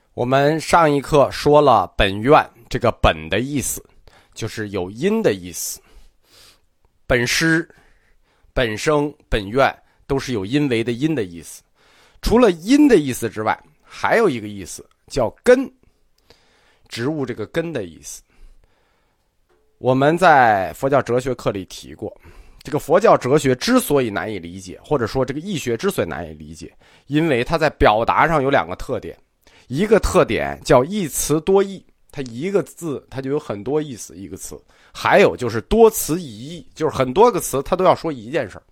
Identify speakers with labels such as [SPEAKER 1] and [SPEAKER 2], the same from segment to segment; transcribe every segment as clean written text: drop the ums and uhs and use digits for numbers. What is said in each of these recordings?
[SPEAKER 1] 我们上一课说了本愿，这个本的意思就是有因的意思。本师、本生、本愿都是有因为的因的意思。除了因的意思之外，还有一个意思叫根，植物这个根的意思。我们在佛教哲学课里提过，这个佛教哲学之所以难以理解，或者说这个易学之所以难以理解，因为它在表达上有两个特点。一个特点叫一词多义，它一个字它就有很多意思，一个词。还有就是多词一义，就是很多个词它都要说一件事。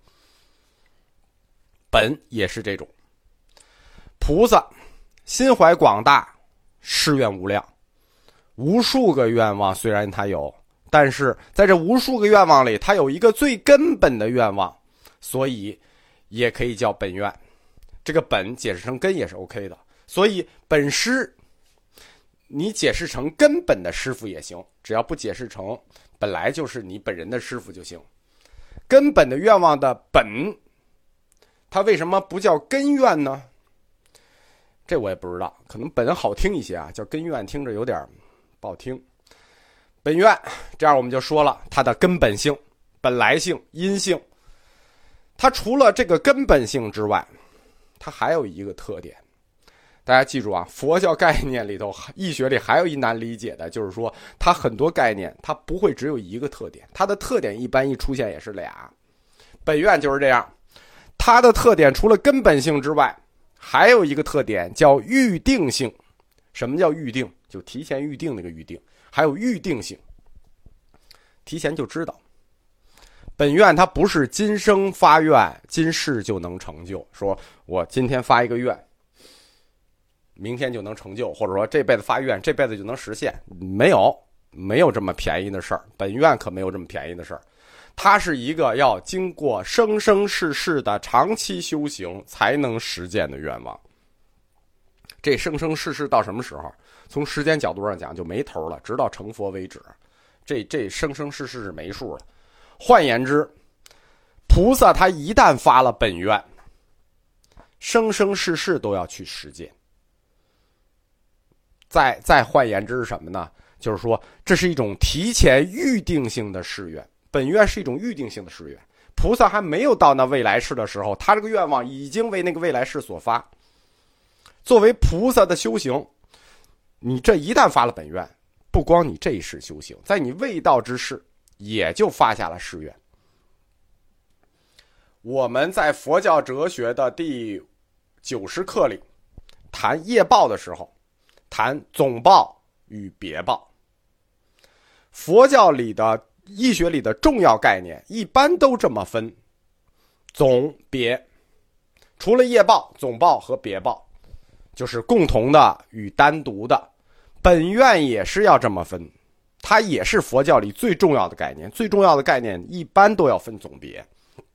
[SPEAKER 1] 本也是这种。菩萨心怀广大，誓愿无量，无数个愿望虽然他有，但是在这无数个愿望里，他有一个最根本的愿望，所以也可以叫本愿。这个本解释成根也是 OK 的。所以本师你解释成根本的师傅也行，只要不解释成本来就是你本人的师傅就行。根本的愿望的本，它为什么不叫根愿呢？这我也不知道，可能本好听一些啊，叫根愿听着有点不好听。本愿这样我们就说了它的根本性、本来性、因性。它除了这个根本性之外，它还有一个特点。大家记住啊，佛教概念里头，易学里还有一难理解的，就是说它很多概念它不会只有一个特点，它的特点一般一出现也是俩。本愿就是这样，它的特点除了根本性之外，还有一个特点叫预定性。什么叫预定？就提前预定那个预定。还有预定性，提前就知道。本愿它不是今生发愿今世就能成就，说我今天发一个愿明天就能成就，或者说这辈子发愿这辈子就能实现，没有这么便宜的事儿。本愿可没有这么便宜的事儿，它是一个要经过生生世世的长期修行才能实践的愿望。这生生世世到什么时候？从时间角度上讲就没头了，直到成佛为止。这生生世世是没数了。换言之，菩萨他一旦发了本愿，生生世世都要去实践。再换言之是什么呢？就是说这是一种提前预定性的誓愿。本愿是一种预定性的誓愿，菩萨还没有到那未来世的时候，他这个愿望已经为那个未来世所发。作为菩萨的修行，你这一旦发了本愿，不光你这一世修行，在你未到之世也就发下了誓愿。我们在佛教哲学的第90课里谈业报的时候，谈总报与别报。佛教里的易学里的重要概念一般都这么分，总别。除了业报、总报和别报，就是共同的与单独的。本愿也是要这么分，它也是佛教里最重要的概念。最重要的概念一般都要分总别。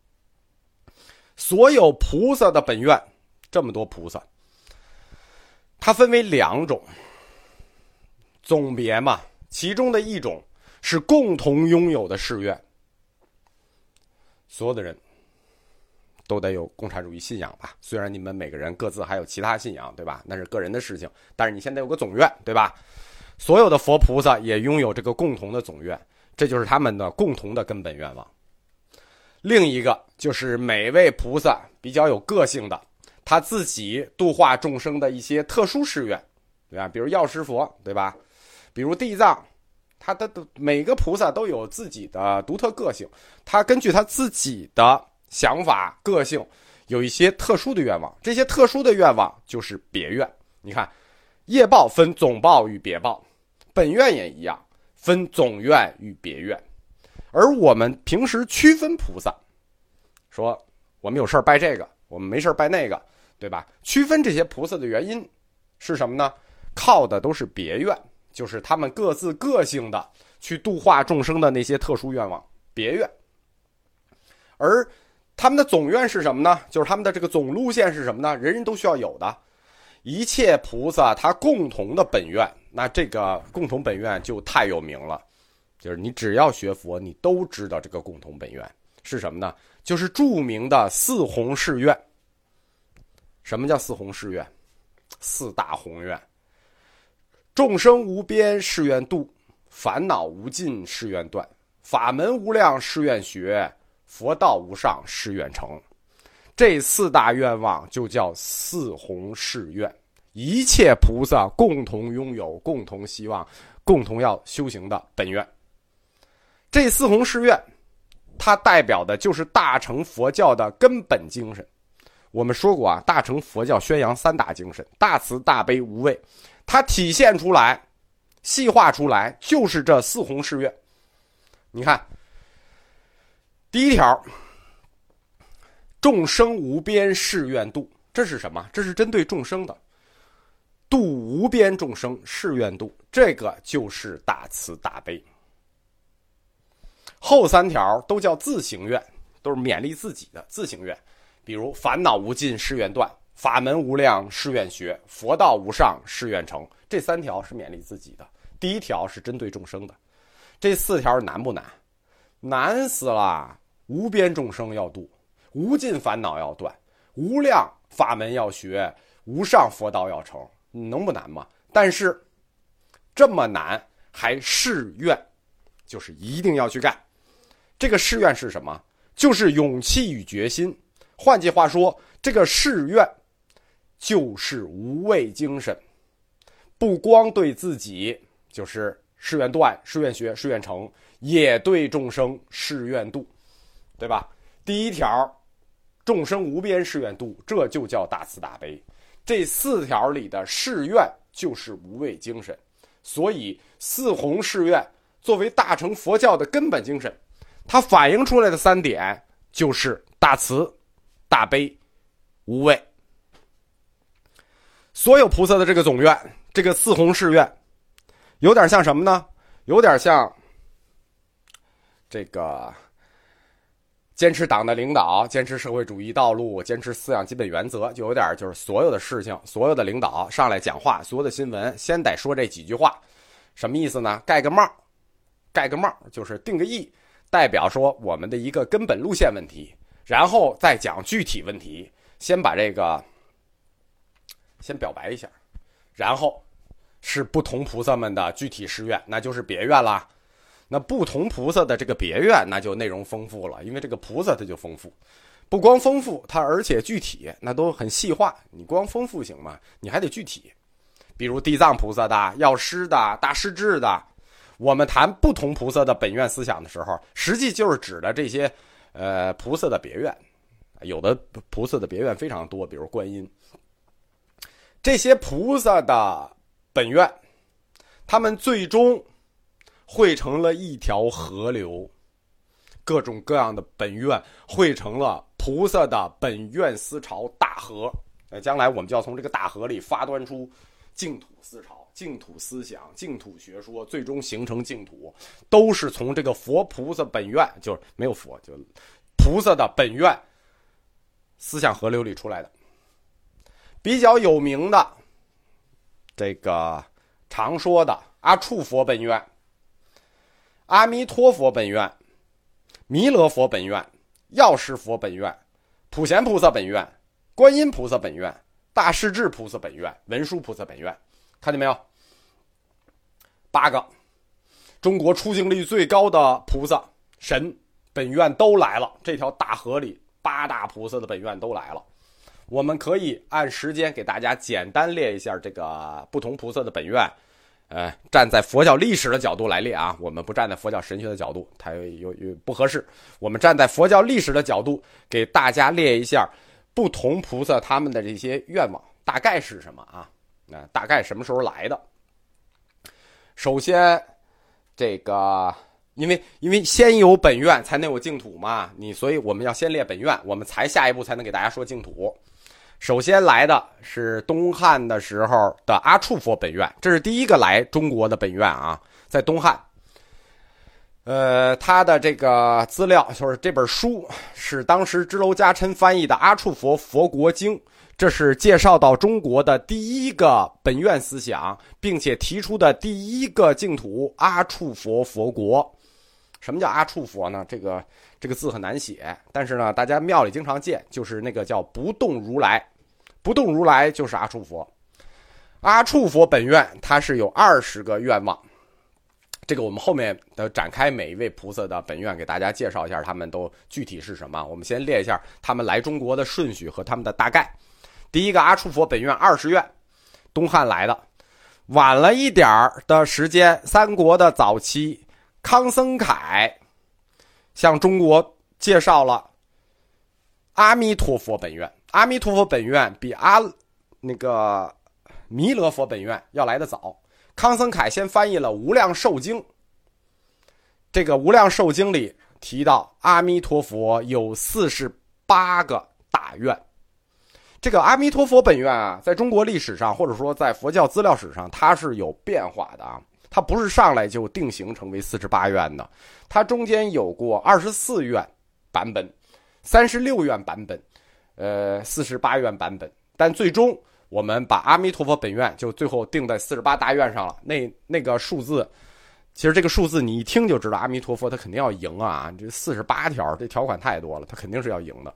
[SPEAKER 1] 所有菩萨的本愿，这么多菩萨，它分为两种。总别嘛，其中的一种是共同拥有的誓愿。所有的人都得有共产主义信仰吧，虽然你们每个人各自还有其他信仰，对吧？那是个人的事情，但是你现在有个总愿，对吧？所有的佛菩萨也拥有这个共同的总愿，这就是他们的共同的根本愿望。另一个就是每位菩萨比较有个性的，他自己度化众生的一些特殊誓愿，对吧？比如药师佛，对吧？比如地藏，他的每个菩萨都有自己的独特个性，他根据他自己的想法、个性，有一些特殊的愿望。这些特殊的愿望就是别愿。你看，业报分总报与别报，本愿也一样，分总愿与别愿。而我们平时区分菩萨，说我们有事拜这个，我们没事拜那个，对吧？区分这些菩萨的原因是什么呢？靠的都是别愿，就是他们各自个性的去度化众生的那些特殊愿望，别愿。而他们的总愿是什么呢？就是他们的这个总路线是什么呢？人人都需要有的。一切菩萨他共同的本愿，那这个共同本愿就太有名了，就是你只要学佛，你都知道这个共同本愿是什么呢？就是著名的四弘誓愿。什么叫四弘誓愿？四大宏愿。 众生无边誓愿度，烦恼无尽誓愿断，法门无量誓愿学，佛道无上誓愿成。这4大愿望就叫四弘誓愿，一切菩萨共同拥有、共同希望、共同要修行的本愿。这4弘誓愿它代表的就是大乘佛教的根本精神。我们说过啊，大乘佛教宣扬3大精神：大慈大悲无畏，它体现出来细化出来就是这4弘誓愿。你看第一条，众生无边誓愿度，这是什么？这是针对众生的，度无边众生誓愿度，这个就是大慈大悲。后3条都叫自行愿，都是勉励自己的自行愿，比如烦恼无尽誓愿断，法门无量誓愿学，佛道无上誓愿成。这3条是勉励自己的，第1条是针对众生的。这4条难不难？难死了！无边众生要度，无尽烦恼要断，无量法门要学，无上佛道要成，能不难吗？但是这么难还誓愿，就是一定要去干。这个誓愿是什么？就是勇气与决心。换句话说，这个誓愿就是无畏精神，不光对自己，就是誓愿断、誓愿学、誓愿成，也对众生誓愿度，对吧？第1条，众生无边誓愿度，这就叫大慈大悲。这4条里的誓愿就是无畏精神，所以4弘誓愿作为大乘佛教的根本精神，它反映出来的3点就是大慈、大悲、无畏。所有菩萨的这个总愿，这个4弘誓愿，有点像什么呢？有点像这个坚持党的领导，坚持社会主义道路，坚持4项基本原则，就有点就是所有的事情，所有的领导上来讲话，所有的新闻先得说这几句话。什么意思呢？盖个帽就是定个义，代表说我们的一个根本路线问题，然后再讲具体问题，先把这个先表白一下，然后是不同菩萨们的具体誓愿，那就是别愿啦。那不同菩萨的这个别愿，那就内容丰富了，因为这个菩萨它就丰富，不光丰富，它而且具体，那都很细化。你光丰富行吗？你还得具体。比如地藏菩萨的、药师的、大势至的，我们谈不同菩萨的本愿思想的时候，实际就是指的这些菩萨的别愿。有的菩萨的别愿非常多，比如观音。这些菩萨的本愿，他们最终汇成了一条河流，各种各样的本愿汇成了菩萨的本愿思潮大河。将来我们就要从这个大河里发端出净土思潮、净土思想、净土学说，最终形成净土，都是从这个佛菩萨本愿，就是没有佛，就菩萨的本愿思想河流里出来的。比较有名的这个常说的阿处佛本愿、阿弥陀佛本愿、弥勒佛本愿、药师佛本愿、普贤菩萨本愿、观音菩萨本愿、大势至菩萨本愿、文殊菩萨本愿，看见没有？8个中国出镜率最高的菩萨神本愿都来了，这条大河里8大菩萨的本愿都来了。我们可以按时间给大家简单列一下这个不同菩萨的本愿，站在佛教历史的角度来列啊，我们不站在佛教神学的角度，它有不合适。我们站在佛教历史的角度，给大家列一下不同菩萨他们的这些愿望大概是什么啊？大概什么时候来的？首先，这个因为先有本愿才能有净土嘛，所以我们要先列本愿，我们才下一步才能给大家说净土。首先来的是东汉的时候的阿处佛本愿，这是第一个来中国的本愿啊，在东汉。他的这个资料就是这本书是当时支娄迦谶翻译的《阿处佛佛国经》，这是介绍到中国的第一个本愿思想，并且提出的第一个净土阿处佛佛国。什么叫阿处佛呢？这个字很难写，但是呢，大家庙里经常见，就是那个叫不动如来，不动如来就是阿处佛。 阿处佛本愿它是有20个愿望，这个我们后面的展开每一位菩萨的本愿给大家介绍一下，他们都具体是什么。我们先列一下他们来中国的顺序和他们的大概。第一个阿处佛本愿20愿，东汉来的。晚了一点的时间，三国的早期，康僧凯向中国介绍了阿弥陀佛本愿。阿弥陀佛本愿比弥勒佛本愿要来得早。康僧凯先翻译了《无量寿经》，这个《无量寿经》里提到阿弥陀佛有48个大愿。这个阿弥陀佛本愿啊，在中国历史上或者说在佛教资料史上，它是有变化的啊，它不是上来就定型成为48愿的，它中间有过24愿版本、36愿版本、48愿版本，但最终我们把阿弥陀佛本愿就最后定在48大愿上了。那个数字，其实这个数字你一听就知道，阿弥陀佛他肯定要赢啊！这48条，这条款太多了，他肯定是要赢的。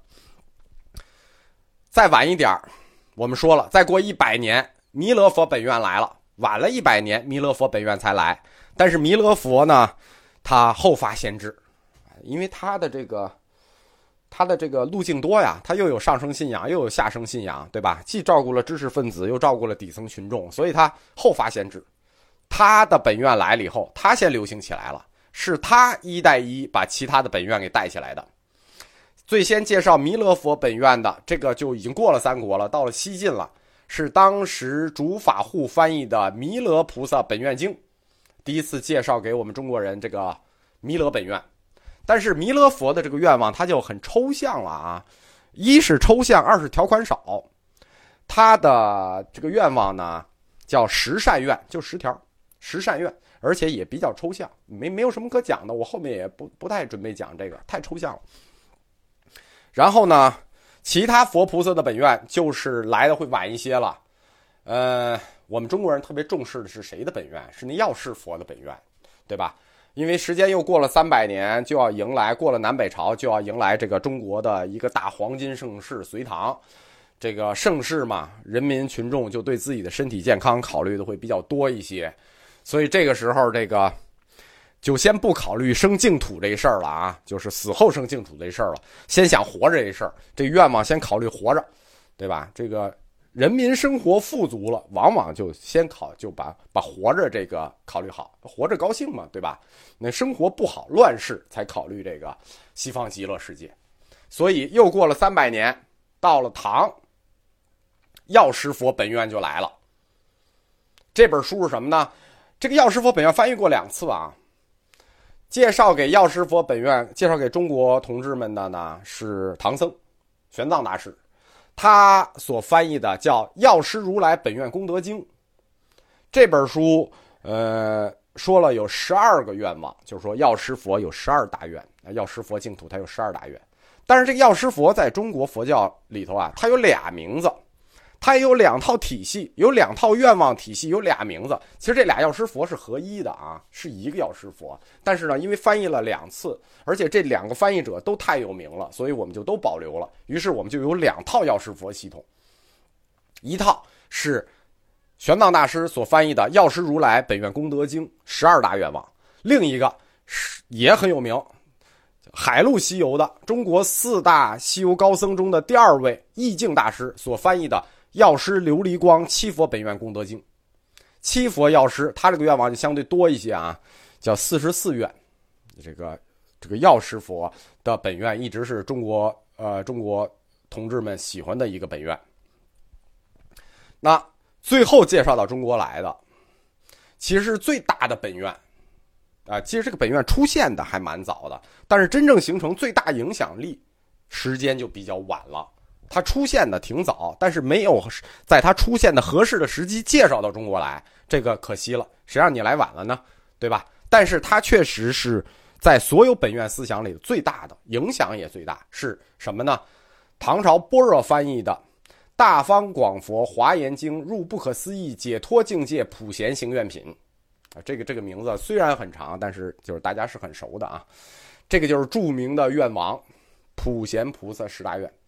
[SPEAKER 1] 再晚一点，我们说了，再过100年，弥勒佛本愿来了，晚了100年，弥勒佛本愿才来。但是弥勒佛呢，他后发先至，因为他的这个路径多呀，他又有上升信仰，又有下升信仰，对吧？既照顾了知识分子，又照顾了底层群众，所以他后发先至。他的本愿来了以后，他先流行起来了，是他一带一把其他的本愿给带起来的。最先介绍弥勒佛本愿的，这个就已经过了三国了，到了西晋了，是当时竺法护翻译的《弥勒菩萨本愿经》，第一次介绍给我们中国人这个弥勒本愿。但是弥勒佛的这个愿望，它就很抽象了啊！一是抽象，二是条款少。他的这个愿望呢，叫十善愿，就10条，十善愿，而且也比较抽象，没有什么可讲的。我后面也不太准备讲这个，太抽象了。然后呢，其他佛菩萨的本愿就是来的会晚一些了。我们中国人特别重视的是谁的本愿？是那药师佛的本愿，对吧？因为时间又过了300年，就要迎来过了南北朝，就要迎来这个中国的一个大黄金盛世隋唐。这个盛世嘛，人民群众就对自己的身体健康考虑的会比较多一些，所以这个时候这个就先不考虑生净土这事儿了啊，就是死后生净土这事儿了，先想活着这事儿，这愿望先考虑活着，对吧？这个人民生活富足了，往往就先就把活着这个考虑好，活着高兴嘛，对吧？那生活不好，乱世才考虑这个西方极乐世界。所以又过了300年，到了唐，药师佛本愿就来了。这本书是什么呢？这个药师佛本愿翻译过2次啊。介绍给药师佛本愿，介绍给中国同志们的呢是唐僧玄奘大师，他所翻译的叫《药师如来本愿功德经》。这本书说了有12个愿望，就是说药师佛有12大愿，药师佛净土它有12大愿。但是这个药师佛在中国佛教里头啊，它有俩名字，它也有2套体系，有2套愿望体系，有俩名字。其实这俩药师佛是合一的啊，是一个药师佛。但是呢，因为翻译了2次，而且这2个翻译者都太有名了，所以我们就都保留了。于是我们就有2套药师佛系统，一套是玄奘大师所翻译的《药师如来本愿功德经》12大愿望，另一个也很有名，海陆西游的中国4大西游高僧中的第2位义净大师所翻译的药师琉璃光七佛本愿功德经。七佛药师他这个愿望就相对多一些啊，叫44愿。这个药师佛的本愿一直是中国同志们喜欢的一个本愿。那最后介绍到中国来的其实是最大的本愿啊，其实这个本愿出现的还蛮早的，但是真正形成最大影响力时间就比较晚了。它出现的挺早，但是没有在它出现的合适的时机介绍到中国来，这个可惜了，谁让你来晚了呢，对吧？但是它确实是在所有本愿思想里最大的，影响也最大。是什么呢？唐朝般若翻译的大方广佛华严经入不可思议解脱境界普贤行愿品。这个名字虽然很长，但是就是大家是很熟的啊。这个就是著名的愿王普贤菩萨10大愿。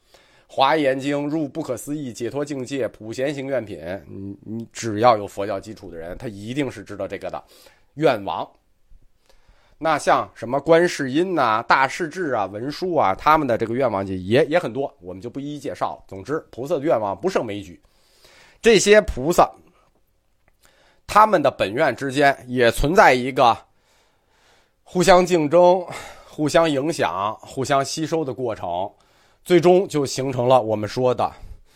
[SPEAKER 1] 华严经入不可思议解脱境界普贤行愿品，你只要有佛教基础的人，他一定是知道这个的愿王。那像什么观世音啊、大势至啊、文殊啊，他们的这个愿望也很多，我们就不一一介绍了。总之，菩萨的愿望不胜枚举。这些菩萨，他们的本愿之间也存在一个互相竞争、互相影响、互相吸收的过程，最终就形成了我们说的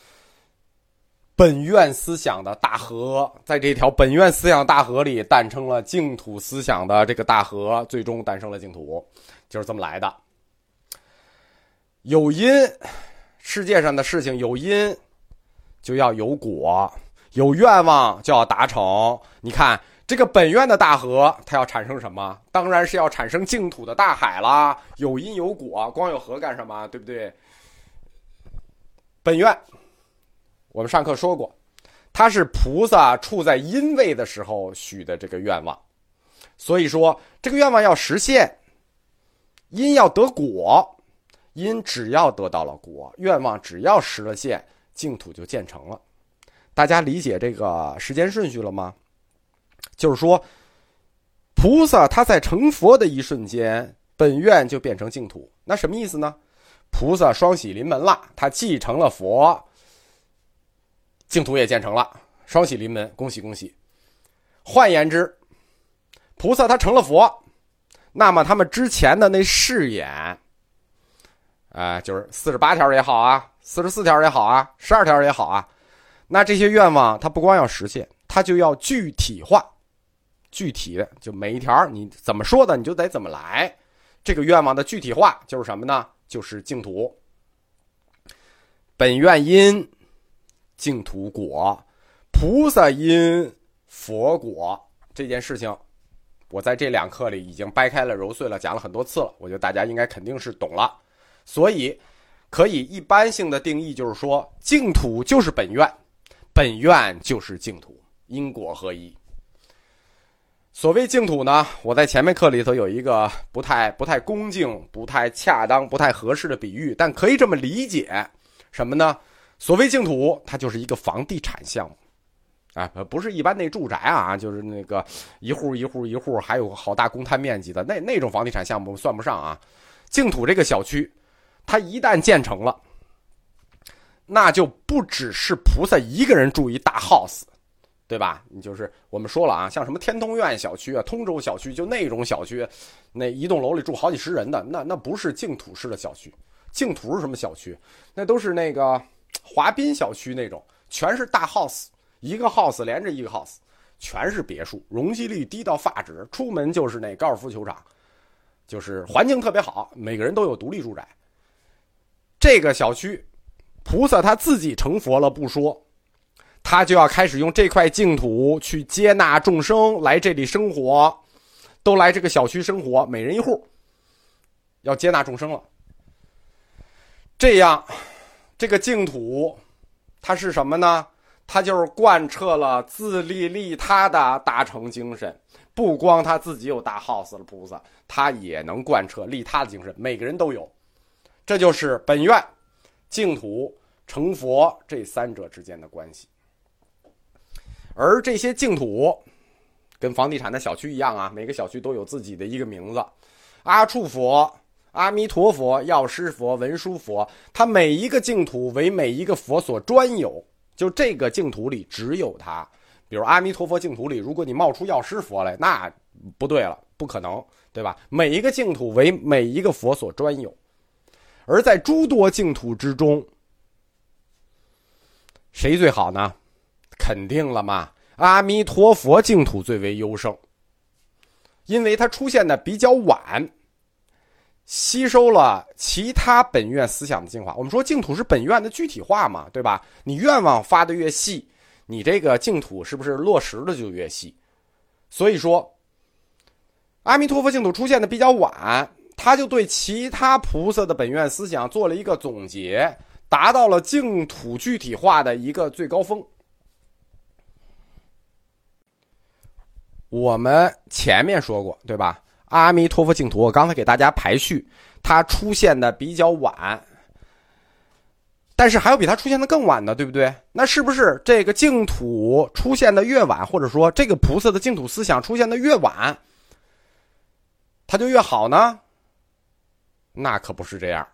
[SPEAKER 1] 本愿思想的大河。在这条本愿思想大河里诞生了净土思想的这个大河，最终诞生了净土，就是这么来的。有因，世界上的事情有因就要有果，有愿望就要达成。你看这个本愿的大河，它要产生什么？当然是要产生净土的大海啦。有因有果，光有河干什么？对不对？本愿我们上课说过，它是菩萨处在因位的时候许的这个愿望，所以说这个愿望要实现，因要得果，因只要得到了果，愿望只要实了现，净土就建成了。大家理解这个时间顺序了吗？就是说菩萨他在成佛的一瞬间，本愿就变成净土。那什么意思呢？菩萨双喜临门了，他继承了佛，净土也建成了，双喜临门，恭喜恭喜。换言之，菩萨他成了佛，那么他们之前的那誓言就是48条也好啊，44条也好啊，12条也好啊，那这些愿望它不光要实现，它就要具体化。具体的就每一条你怎么说的你就得怎么来。这个愿望的具体化就是什么呢？就是净土。本愿因，净土果，菩萨因，佛果。这件事情我在这2课里已经掰开了揉碎了讲了很多次了，我觉得大家应该肯定是懂了。所以可以一般性的定义就是说，净土就是本愿，本愿就是净土，因果合一。所谓净土呢，我在前面课里头有一个不太恭敬、不太恰当、不太合适的比喻，但可以这么理解，什么呢？所谓净土，它就是一个房地产项目，不是一般那住宅啊，就是那个一户一户一户，还有好大公摊面积的那种房地产项目算不上啊。净土这个小区，它一旦建成了，那就不只是菩萨一个人住一大 house。对吧？你就是我们说了啊，像什么天通苑小区啊、通州小区，就那种小区，那一栋楼里住好几十人的，那不是净土式的小区。净土是什么小区？那都是那个华滨小区那种，全是大 house， 一个 house 连着一个 house， 全是别墅，容积率低到发指，出门就是那高尔夫球场，就是环境特别好，每个人都有独立住宅。这个小区，菩萨他自己成佛了不说，他就要开始用这块净土去接纳众生来这里生活，都来这个小区生活，每人一户，要接纳众生了。这样这个净土它是什么呢？它就是贯彻了自利利他的大乘精神。不光他自己有大 house 了，菩萨他也能贯彻利他的精神，每个人都有。这就是本愿、净土、成佛这3者之间的关系。而这些净土跟房地产的小区一样啊，每个小区都有自己的一个名字，阿处佛、阿弥陀佛、药师佛、文殊佛，它每一个净土为每一个佛所专有，就这个净土里只有它。比如阿弥陀佛净土里，如果你冒出药师佛来，那不对了，不可能，对吧？每一个净土为每一个佛所专有。而在诸多净土之中，谁最好呢？肯定了嘛，阿弥陀佛净土最为优胜，因为它出现的比较晚，吸收了其他本愿思想的精华。我们说净土是本愿的具体化嘛，对吧？你愿望发的越细，你这个净土是不是落实的就越细？所以说阿弥陀佛净土出现的比较晚，他就对其他菩萨的本愿思想做了一个总结，达到了净土具体化的一个最高峰。我们前面说过，对吧？阿弥陀佛净土，我刚才给大家排序，它出现的比较晚， 但是还有比它出现的更晚的，对不对？那是不是这个净土出现的越晚，或者说这个菩萨的净土思想出现的越晚，它就越好呢？那可不是这样。